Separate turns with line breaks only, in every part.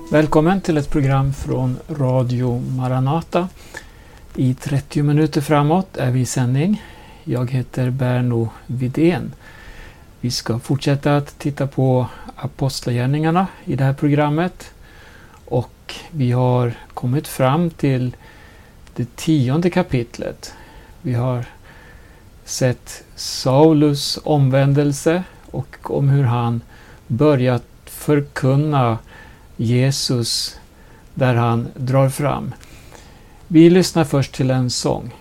Välkommen till ett program från Radio Maranata. I 30 minuter framåt är vi i sändning. Jag heter Berno Widén. Vi ska fortsätta att titta på apostlagärningarna i det här programmet. Och vi har kommit fram till det 10:e kapitlet. Vi har sett Saulus omvändelse och om hur han börjat förkunna Jesus där han drar fram. Vi lyssnar först till en sång.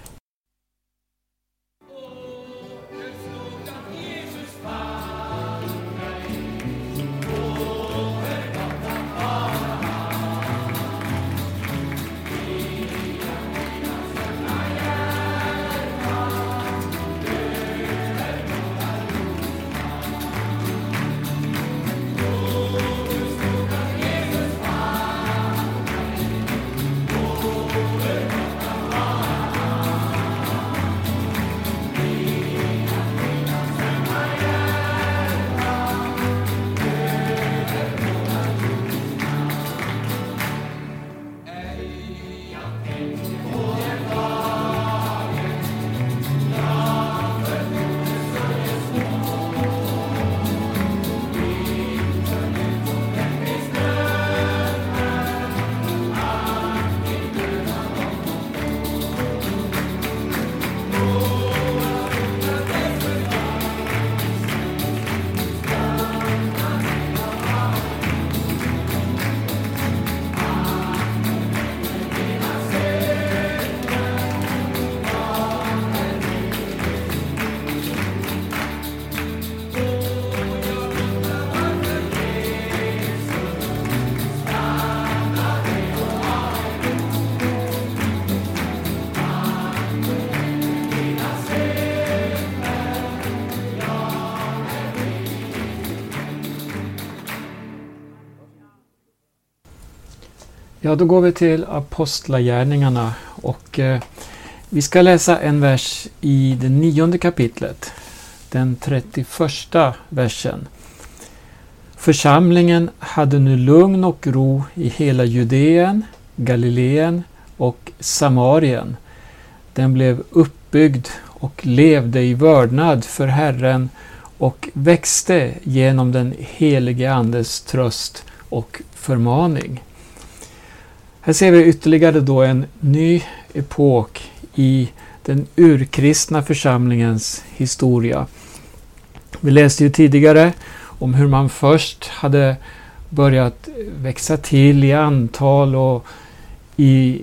Ja, då går vi till apostlagärningarna och vi ska läsa en vers i det 9:e kapitlet, den 31:a versen. Församlingen hade nu lugn och ro i hela Judeen, Galileen och Samarien. Den blev uppbyggd och levde i vördnad för Herren och växte genom den helige Andes tröst och förmaning. Här ser vi ytterligare då en ny epok i den urkristna församlingens historia. Vi läste ju tidigare om hur man först hade börjat växa till i antal och i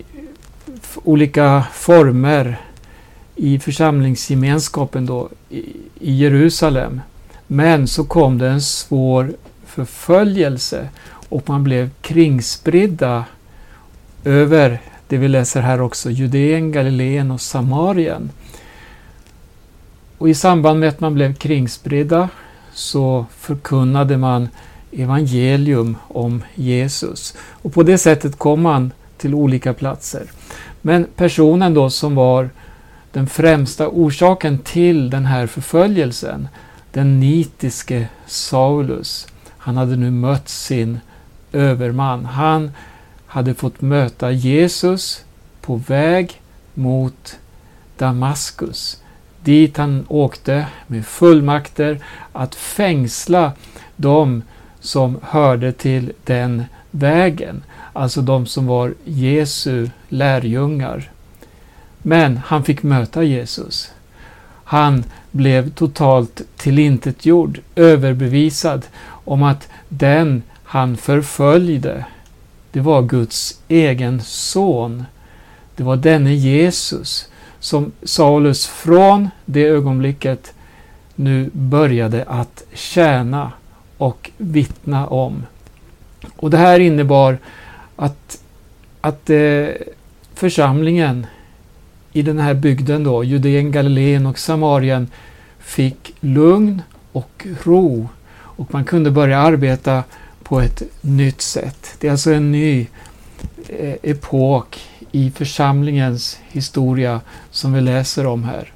olika former i församlingsgemenskapen då i Jerusalem. Men så kom det en svår förföljelse och man blev kringspridda över det vi läser här också, Judeen, Galileen och Samarien. Och i samband med att man blev kringspridda så förkunnade man evangelium om Jesus. Och på det sättet kom man till olika platser. Men personen då som var den främsta orsaken till den här förföljelsen, den nitiske Saulus, han hade nu mött sin överman. Han hade fått möta Jesus på väg mot Damaskus. Dit han åkte med fullmakter att fängsla de som hörde till den vägen. Alltså de som var Jesu lärjungar. Men han fick möta Jesus. Han blev totalt tillintetgjord, överbevisad om att den han förföljde, det var Guds egen son. Det var denne Jesus som Saulus från det ögonblicket nu började att tjäna och vittna om. Och det här innebar att församlingen i den här bygden då, Judeen, Galileen och Samarien, fick lugn och ro. Och man kunde börja arbeta på ett nytt sätt. Det är alltså en ny epok i församlingens historia som vi läser om här.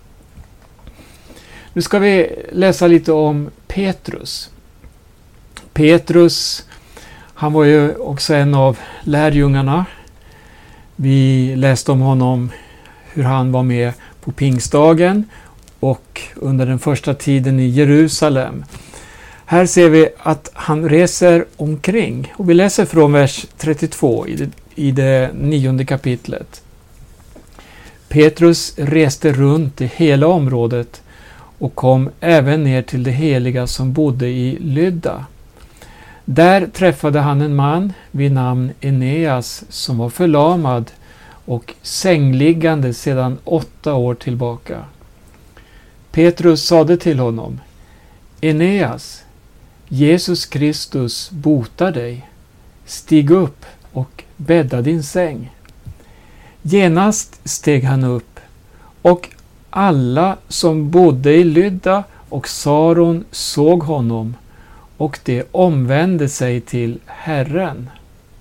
Nu ska vi läsa lite om Petrus. Petrus, Han var ju också en av lärjungarna. Vi läste om honom, hur han var med på pingstdagen och under den första tiden i Jerusalem. Här ser vi att han reser omkring. Och vi läser från vers 32 i det 9:e kapitlet. Petrus reste runt i hela området och kom även ner till det heliga som bodde i Lydda. Där träffade han en man vid namn Eneas som var förlamad och sängliggande sedan 8 år tillbaka. Petrus sade till honom: Eneas, Jesus Kristus botar dig. Stig upp och bädda din säng. Genast steg han upp, och alla som bodde i Lydda och Saron såg honom, och de omvände sig till Herren.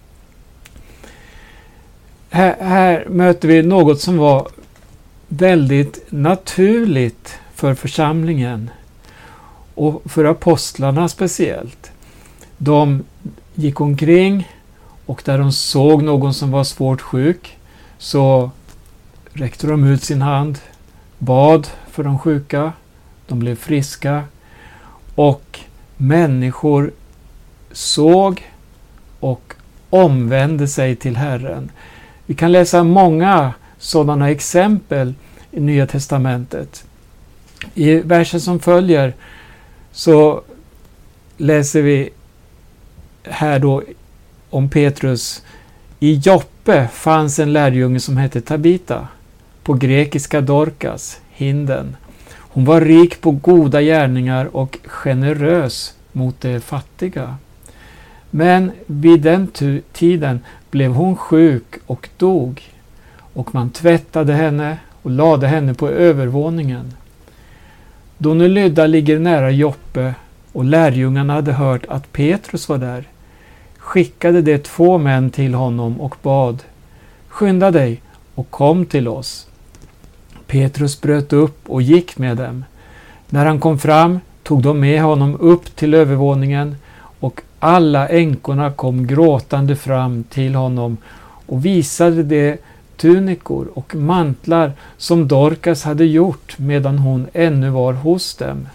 Här möter vi något som var väldigt naturligt för församlingen och för apostlarna speciellt. De gick omkring, och där de såg någon som var svårt sjuk så räckte de ut sin hand, bad för de sjuka, de blev friska, och människor såg och omvände sig till Herren. Vi kan läsa många sådana exempel i Nya testamentet. I versen som följer så läser vi här då om Petrus. I Joppe fanns en lärjunge som hette Tabita, på grekiska Dorcas, hinden. Hon var rik på goda gärningar och generös mot de fattiga. Men vid den tiden blev hon sjuk och dog, och man tvättade henne och lade henne på övervåningen. Då nu Lydda ligger nära Joppe och lärjungarna hade hört att Petrus var där, skickade de 2 män till honom och bad: skynda dig och kom till oss. Petrus bröt upp och gick med dem. När han kom fram tog de med honom upp till övervåningen, och alla änkorna kom gråtande fram till honom och visade de tunikor och mantlar som Dorcas hade gjort medan hon ännu var hos dem.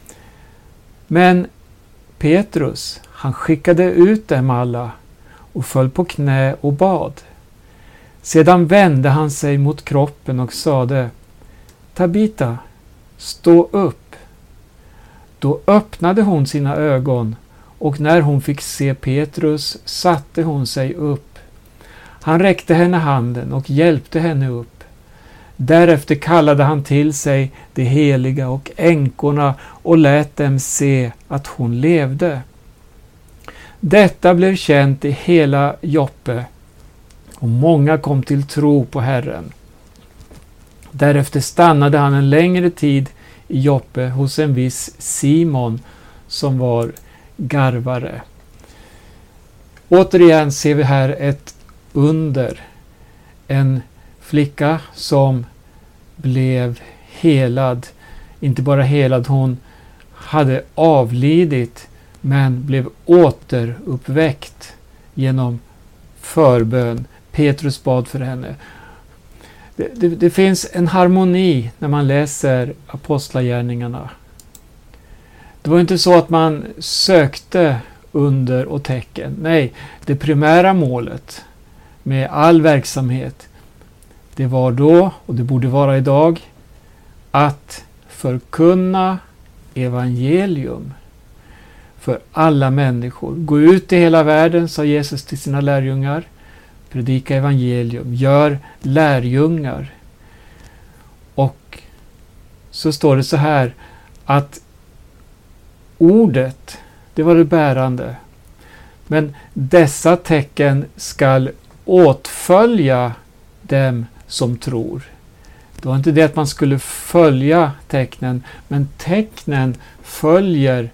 Men Petrus, han skickade ut dem alla och föll på knä och bad. Sedan vände han sig mot kroppen och sade: Tabita, stå upp. Då öppnade hon sina ögon, och när hon fick se Petrus satte hon sig upp. Han räckte henne handen och hjälpte henne upp. Därefter kallade han till sig de heliga och änkorna och lät dem se att hon levde. Detta blev känt i hela Joppe, och många kom till tro på Herren. Därefter stannade han en längre tid i Joppe hos en viss Simon som var garvare. Återigen ser vi här ett under. En flicka som blev helad. Inte bara helad, hon hade avlidit men blev återuppväckt genom förbön. Petrus bad för henne. Det finns en harmoni när man läser apostlagärningarna. Det var inte så att man sökte under och tecken. Nej, det primära målet med all verksamhet, det var då, och det borde vara idag, att förkunna evangelium för alla människor. Gå ut i hela världen, sa Jesus till sina lärjungar. Predika evangelium, gör lärjungar. Och så står det så här att ordet, det var det bärande. Men dessa tecken skall åtfölja dem som tror. Det var inte det att man skulle följa tecknen, men tecknen följer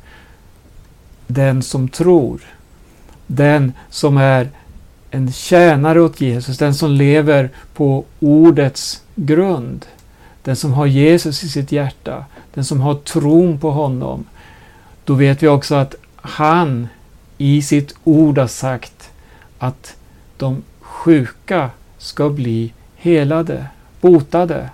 den som tror. Den som är en tjänare åt Jesus, den som lever på ordets grund. Den som har Jesus i sitt hjärta, den som har tron på honom. Då vet vi också att han i sitt ord har sagt att de sjuka ska bli helade, botade.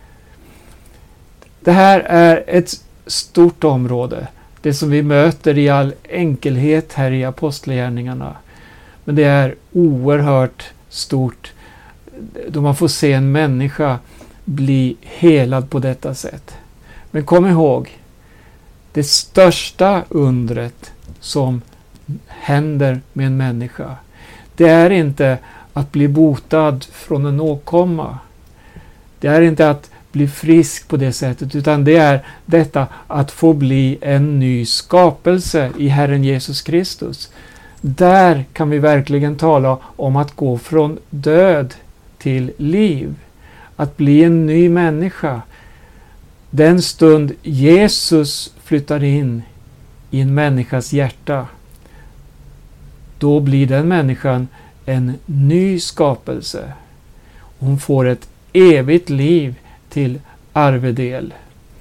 Det här är ett stort område. Det som vi möter i all enkelhet här i apostlagärningarna. Men det är oerhört stort då man får se en människa bli helad på detta sätt. Men kom ihåg, det största undret som händer med en människa, det är inte att bli botad från en åkomma. Det är inte att bli frisk på det sättet, utan det är detta att få bli en ny skapelse i Herren Jesus Kristus. Där kan vi verkligen tala om att gå från död till liv. Att bli en ny människa. Den stund Jesus flyttar in i en människas hjärta, då blir den människan en ny skapelse. Hon får ett evigt liv till arvedel.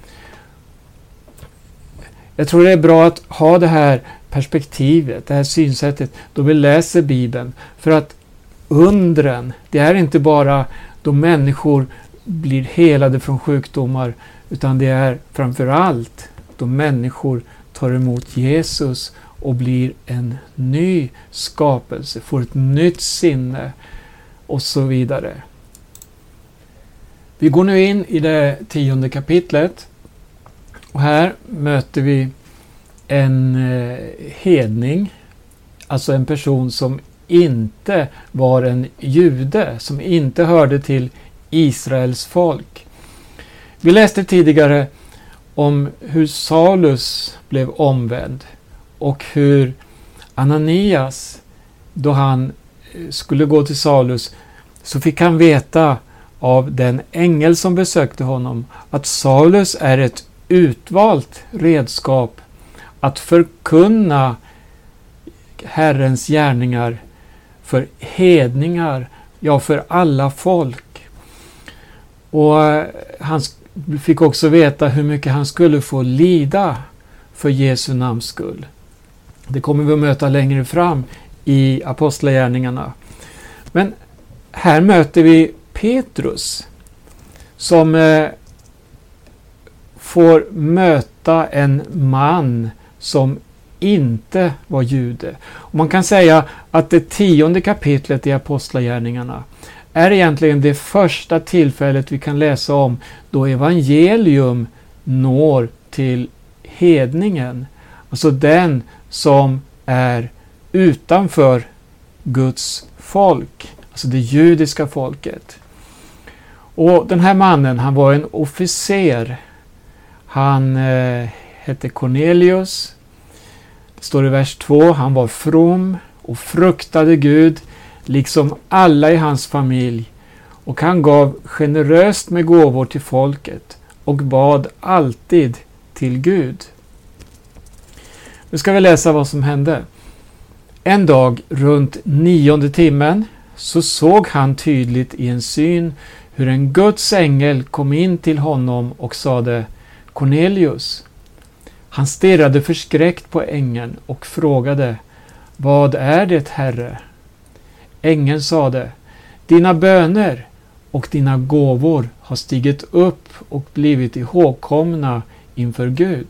Jag tror det är bra att ha det här perspektivet, det här synsättet då vi läser Bibeln. För att undren, det är inte bara då människor blir helade från sjukdomar, utan det är framförallt då människor tar emot Jesus och blir en ny skapelse, får ett nytt sinne och så vidare. Vi går nu in i det 10:e kapitlet och här möter vi en hedning, alltså en person som inte var en jude, som inte hörde till Israels folk. Vi läste tidigare om hur Saulus blev omvänd och hur Ananias, då han skulle gå till Saulus, så fick han veta av den ängel som besökte honom att Saulus är ett utvalt redskap att förkunna Herrens gärningar för hedningar, ja för alla folk. Och han fick också veta hur mycket han skulle få lida för Jesu namns skull. Det kommer vi att möta längre fram i apostlagärningarna. Men här möter vi Petrus som får möta en man som inte var jude. Och man kan säga att det 10:e kapitlet i apostlagärningarna är egentligen det första tillfället vi kan läsa om då evangelium når till hedningen. Alltså den som är utanför Guds folk, alltså det judiska folket. Och den här mannen, han var en officer. Han hette Cornelius. Det står i vers 2, han var from och fruktade Gud liksom alla i hans familj, och han gav generöst med gåvor till folket och bad alltid till Gud. Nu ska vi läsa vad som hände. En dag runt 9:e timmen så såg han tydligt i en syn hur en Guds ängel kom in till honom och sade: Cornelius. Han stirrade förskräckt på ängeln och frågade: Vad är det, Herre? Ängeln sade: Dina böner och dina gåvor har stigit upp och blivit ihågkomna inför Gud.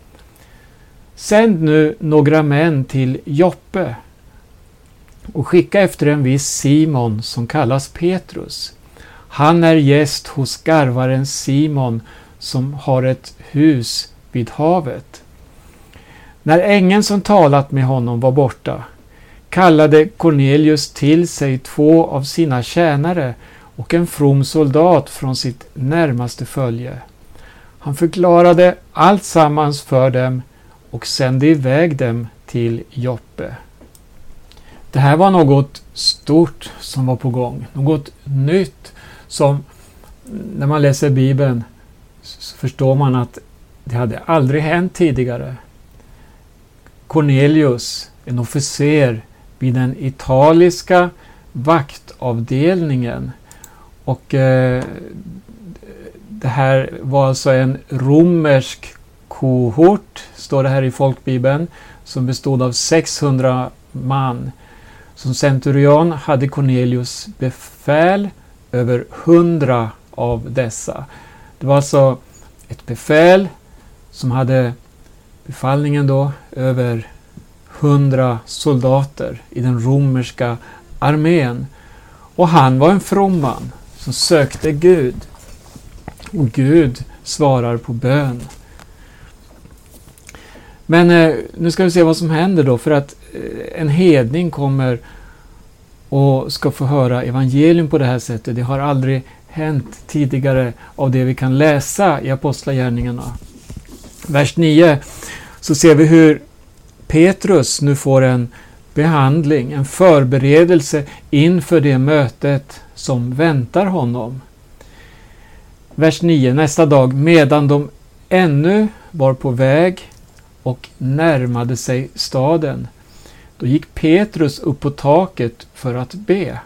Sänd nu några män till Joppe och skicka efter en viss Simon som kallas Petrus. Han är gäst hos garvaren Simon som har ett hus vid havet. När ängeln som talat med honom var borta kallade Cornelius till sig 2 av sina tjänare och en from soldat från sitt närmaste följe. Han förklarade allt sammans för dem och sände iväg dem till Joppe. Det här var något stort som var på gång. Något nytt som, när man läser Bibeln, så förstår man att det hade aldrig hänt tidigare. Cornelius, en officer vid den italiska vaktavdelningen, och det här var alltså en romersk kohort, står det här i folkbibeln, som bestod av 600 man. Som centurion hade Cornelius befäl över 100 av dessa. Det var alltså ett befäl som hade befallningen då över 100 soldater i den romerska armén. Och han var en from man som sökte Gud. Och Gud svarar på bön. Men nu ska vi se vad som händer då, för att en hedning kommer och ska få höra evangelium på det här sättet. Det har aldrig hänt tidigare av det vi kan läsa i Apostlagärningarna. Vers 9 så ser vi hur Petrus nu får en behandling, en förberedelse inför det mötet som väntar honom. Vers 9, nästa dag, medan de ännu var på väg och närmade sig staden, då gick Petrus upp på taket för att be.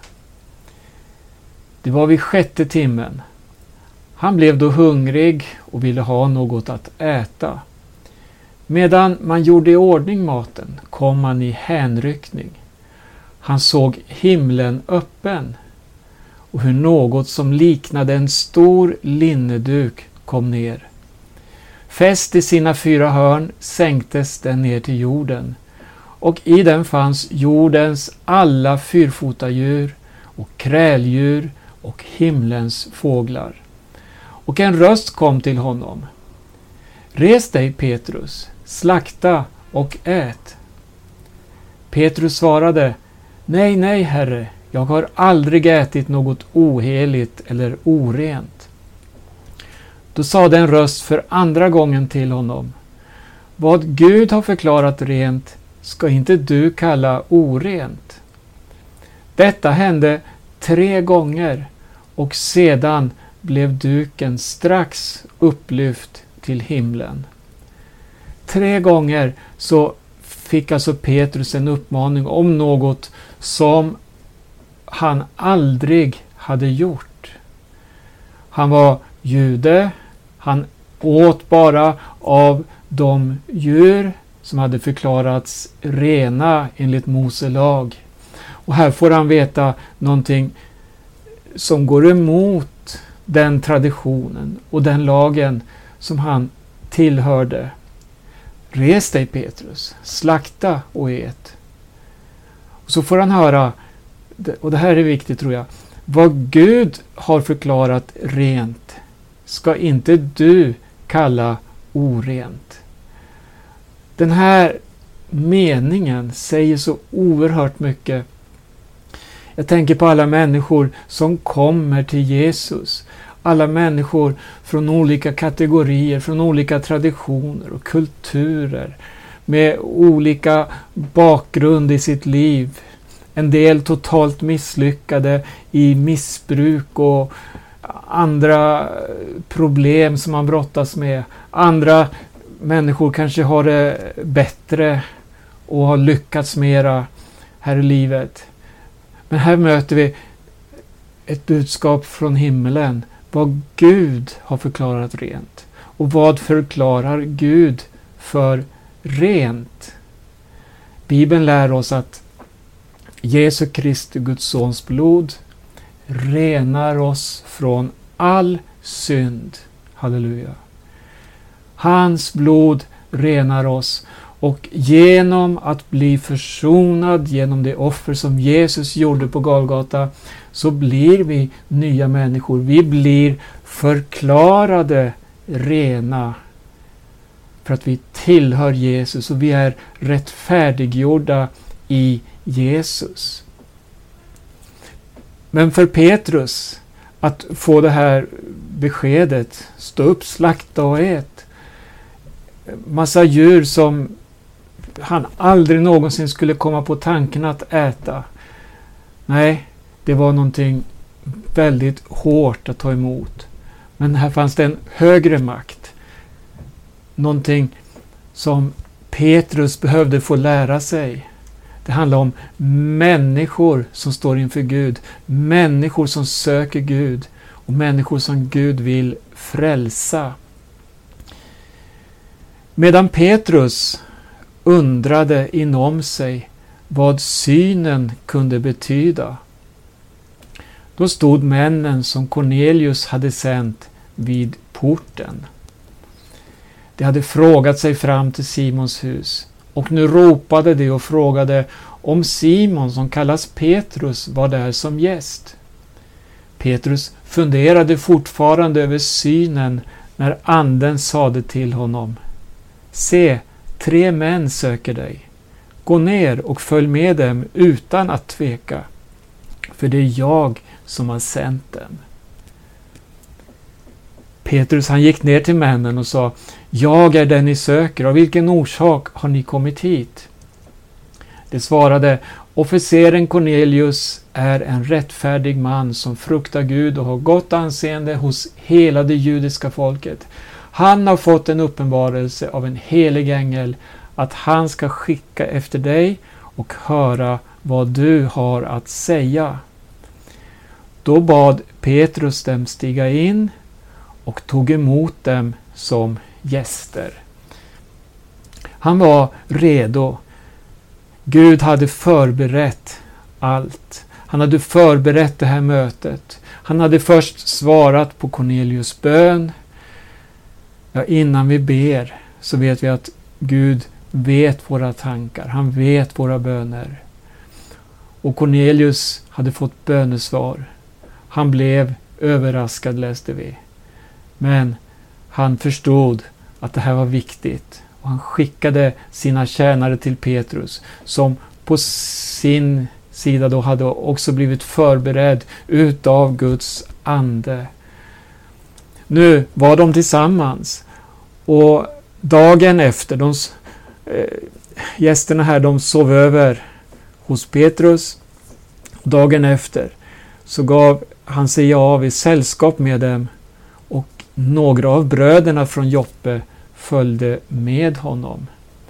Det var vid 6:e timmen. Han blev då hungrig och ville ha något att äta. Medan man gjorde i ordning maten kom han i hänryckning. Han såg himlen öppen och hur något som liknade en stor linneduk kom ner. Fäst i sina 4 hörn sänktes den ner till jorden, och i den fanns jordens alla fyrfotadjur och kräldjur och himlens fåglar. Och en röst kom till honom. Res dig, Petrus, slakta och ät. Petrus svarade, nej, nej, Herre, jag har aldrig ätit något oheligt eller orent. Då sade en röst för andra gången till honom, vad Gud har förklarat rent ska inte du kalla orent. Detta hände 3 gånger och sedan blev duken strax upplyft till himlen. 3 gånger så fick alltså Petrus en uppmaning om något som han aldrig hade gjort. Han var jude, han åt bara av de djur som hade förklarats rena enligt Mose lag. Och här får han veta någonting som går emot den traditionen och den lagen som han tillhörde. Res dig, Petrus, slakta och ät. Och så får han höra, och det här är viktigt tror jag, vad Gud har förklarat rent ska inte du kalla orent. Den här meningen säger så oerhört mycket. Jag tänker på alla människor som kommer till Jesus. Alla människor från olika kategorier, från olika traditioner och kulturer. Med olika bakgrund i sitt liv. En del totalt misslyckade i missbruk och andra problem som man brottas med. Andra människor kanske har det bättre och har lyckats mera här i livet. Men här möter vi ett budskap från himmelen. Vad Gud har förklarat rent. Och vad förklarar Gud för rent? Bibeln lär oss att Jesu Kristi, Guds sons blod, renar oss från all synd. Halleluja. Hans blod renar oss, och genom att bli försonad genom det offer som Jesus gjorde på Golgata så blir vi nya människor. Vi blir förklarade rena för att vi tillhör Jesus och vi är rättfärdiggjorda i Jesus. Men för Petrus att få det här beskedet, stå upp, slakta och ät. Massa djur som han aldrig någonsin skulle komma på tanken att äta. Nej, det var någonting väldigt hårt att ta emot. Men här fanns det en högre makt. Någonting som Petrus behövde få lära sig. Det handlar om människor som står inför Gud. Människor som söker Gud. Och människor som Gud vill frälsa. Medan Petrus undrade inom sig vad synen kunde betyda, då stod männen som Cornelius hade sänt vid porten. De hade frågat sig fram till Simons hus, och nu ropade de och frågade om Simon, som kallas Petrus, var där som gäst. Petrus funderade fortfarande över synen när anden sade till honom: se, 3 män söker dig. Gå ner och följ med dem utan att tveka, för det är jag som har sänt dem. Petrus han gick ner till männen och sa: jag är den ni söker, av vilken orsak har ni kommit hit? De svarade: officeren Cornelius är en rättfärdig man som fruktar Gud och har gott anseende hos hela det judiska folket. Han har fått en uppenbarelse av en helig ängel att han ska skicka efter dig och höra vad du har att säga. Då bad Petrus dem stiga in och tog emot dem som gäster. Han var redo. Gud hade förberett allt. Han hade förberett det här mötet. Han hade först svarat på Cornelius bön. Ja, innan vi ber så vet vi att Gud vet våra tankar. Han vet våra böner. Och Cornelius hade fått bönesvar. Han blev överraskad, läste vi. Men han förstod att det här var viktigt. Och han skickade sina tjänare till Petrus, som på sin sida då hade också blivit förberedd utav Guds ande. Nu var de tillsammans, och dagen efter, gästerna här, de sov över hos Petrus. Dagen efter så gav han sig av i sällskap med dem, och några av bröderna från Joppe följde med honom.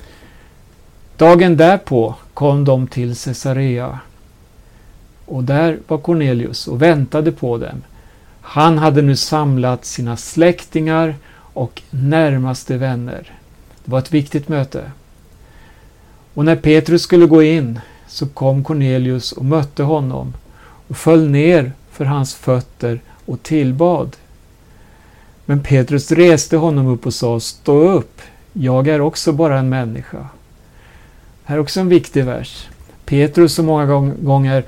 Dagen därpå kom de till Caesarea, och där var Cornelius och väntade på dem. Han hade nu samlat sina släktingar och närmaste vänner. Det var ett viktigt möte. Och när Petrus skulle gå in så kom Cornelius och mötte honom och föll ner för hans fötter och tillbad. Men Petrus reste honom upp och sa: stå upp, jag är också bara en människa. Här är också en viktig vers. Petrus så många gånger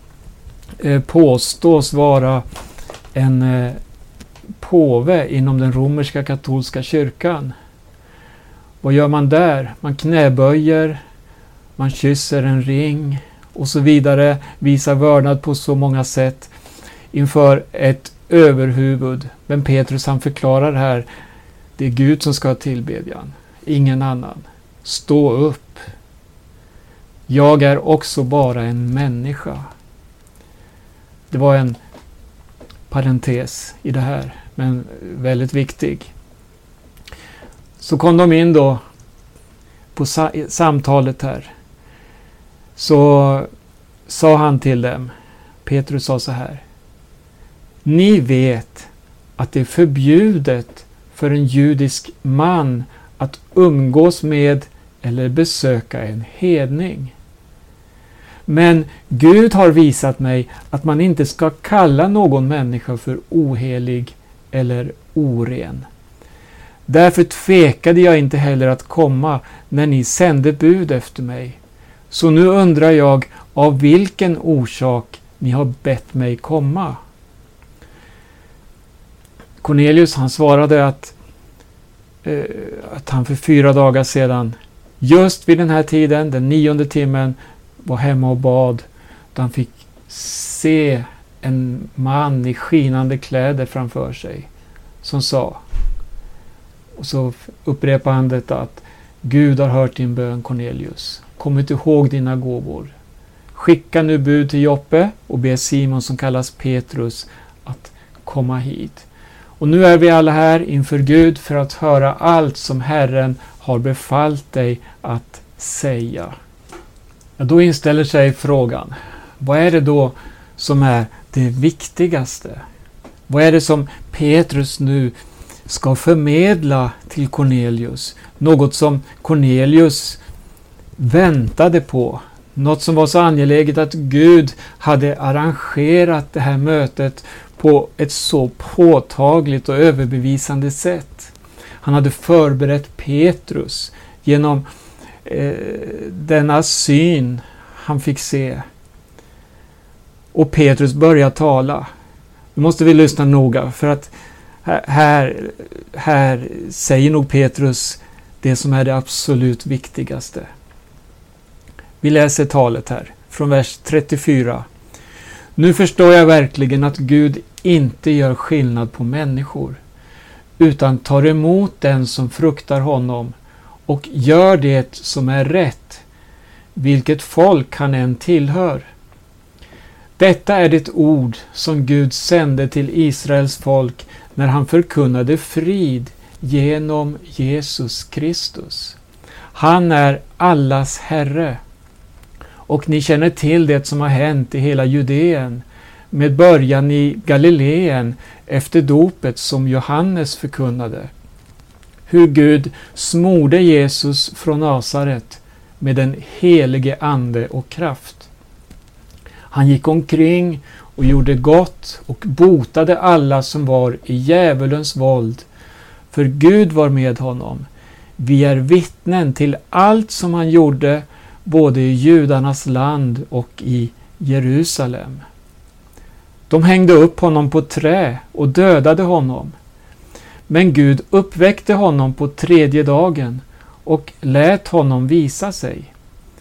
påstås vara en påve inom den romerska katolska kyrkan. Vad gör man där? Man knäböjer, man kysser en ring och så vidare, visar vördnad på så många sätt inför ett överhuvud. Men Petrus han förklarar här: det är Gud som ska ha tillbedjan, ingen annan. Stå upp. Jag är också bara en människa. Det var en parentes i det här, men väldigt viktig. Så kom de in då på samtalet här. Så sa han till dem, Petrus sa så här: ni vet att det är förbjudet för en judisk man att umgås med eller besöka en hedning. Men Gud har visat mig att man inte ska kalla någon människa för ohelig eller oren. Därför tvekade jag inte heller att komma när ni sände bud efter mig. Så nu undrar jag av vilken orsak ni har bett mig komma. Cornelius han svarade att han för 4 dagar sedan, just vid den här tiden, den 9:e timmen, var hemma och bad, då han fick se en man i skinande kläder framför sig som sa, och så upprepar han detta, att Gud har hört din bön, Cornelius. Kom inte ihåg dina gåvor. Skicka nu bud till Joppe och be Simon som kallas Petrus att komma hit. Och nu är vi alla här inför Gud för att höra allt som Herren har befallt dig att säga. Ja, då inställer sig frågan, vad är det då som är det viktigaste? Vad är det som Petrus nu ska förmedla till Cornelius Något som Cornelius väntade på. Något som var så angeläget att Gud hade arrangerat det här mötet på ett så påtagligt och överbevisande sätt. Han hade förberett Petrus genom denna syn han fick se. Och Petrus börjar tala. Nu måste vi lyssna noga, för att här säger nog Petrus det som är det absolut viktigaste. Vi läser talet här från vers 34. Nu förstår jag verkligen att Gud inte gör skillnad på människor, utan tar emot den som fruktar honom och gör det som är rätt, vilket folk han än tillhör. Detta är det ord som Gud sände till Israels folk när han förkunnade frid genom Jesus Kristus. Han är allas Herre. Och ni känner till det som har hänt i hela Judeen, med början i Galileen efter dopet som Johannes förkunnade. Hur Gud smorde Jesus från Nasaret med den helige ande och kraft. Han gick omkring och gjorde gott och botade alla som var i djävulens våld, för Gud var med honom. Vi är vittnen till allt som han gjorde, både i judarnas land och i Jerusalem. De hängde upp honom på trä och dödade honom. Men Gud uppväckte honom på 3:e dagen och lät honom visa sig.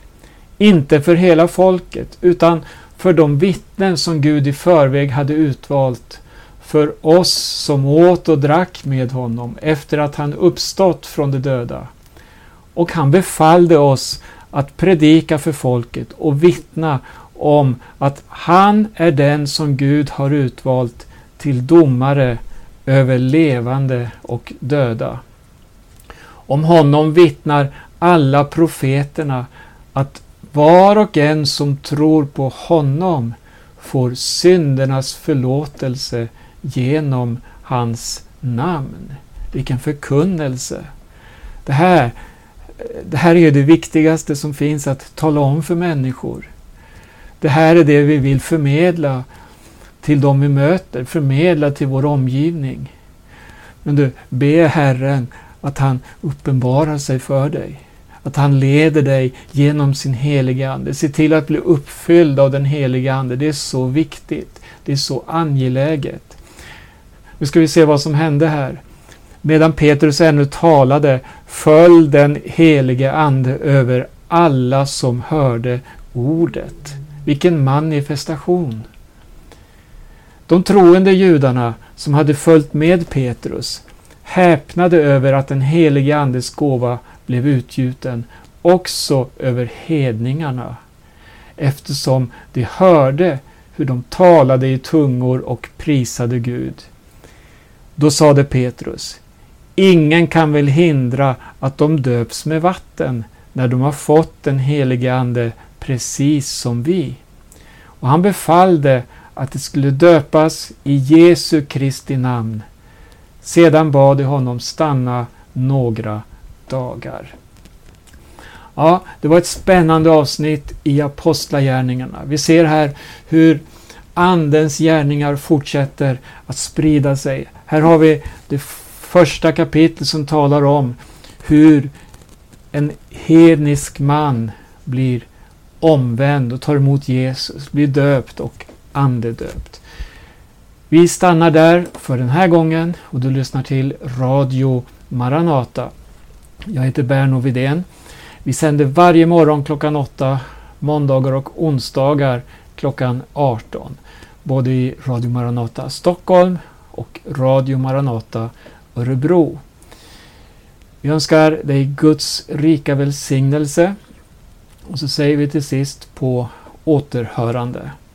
Inte för hela folket, utan för de vittnen som Gud i förväg hade utvalt, för oss som åt och drack med honom efter att han uppstått från de döda. Och han befallde oss att predika för folket och vittna om att han är den som Gud har utvalt till domare över levande och döda. Om honom vittnar alla profeterna att var och en som tror på honom får syndernas förlåtelse genom hans namn. Vilken förkunnelse! Det här är det viktigaste som finns att tala om för människor. Det här är det vi vill förmedla till dem vi möter, förmedla till vår omgivning. Men du, be Herren att han uppenbarar sig för dig. Att han leder dig genom sin heliga ande. Se till att bli uppfylld av den heliga ande. Det är så viktigt. Det är så angeläget. Nu ska vi se vad som hände här. Medan Petrus ännu talade föll den helige ande över alla som hörde ordet. Vilken manifestation! De troende judarna som hade följt med Petrus häpnade över att den helige andes gåva blev utgjuten också över hedningarna, eftersom de hörde hur de talade i tungor och prisade Gud. Då sade Petrus: ingen kan väl hindra att de döps med vatten när de har fått den helige ande precis som vi. Och han befallde att det skulle döpas i Jesu Kristi namn. Sedan bad de honom stanna några dagar. Ja, det var ett spännande avsnitt i Apostlagärningarna. Vi ser här hur andens gärningar fortsätter att sprida sig. Här har vi det första kapitlet som talar om hur en hednisk man blir omvänd och tar emot Jesus, blir döpt och andedöpt. Vi stannar där för den här gången och du lyssnar till Radio Maranata. Jag heter Berno Widén. Vi sänder varje morgon klockan 8, måndagar och onsdagar klockan 18. Både i Radio Maranata Stockholm och Radio Maranata Örebro. Vi önskar dig Guds rika välsignelse och så säger vi till sist på återhörande.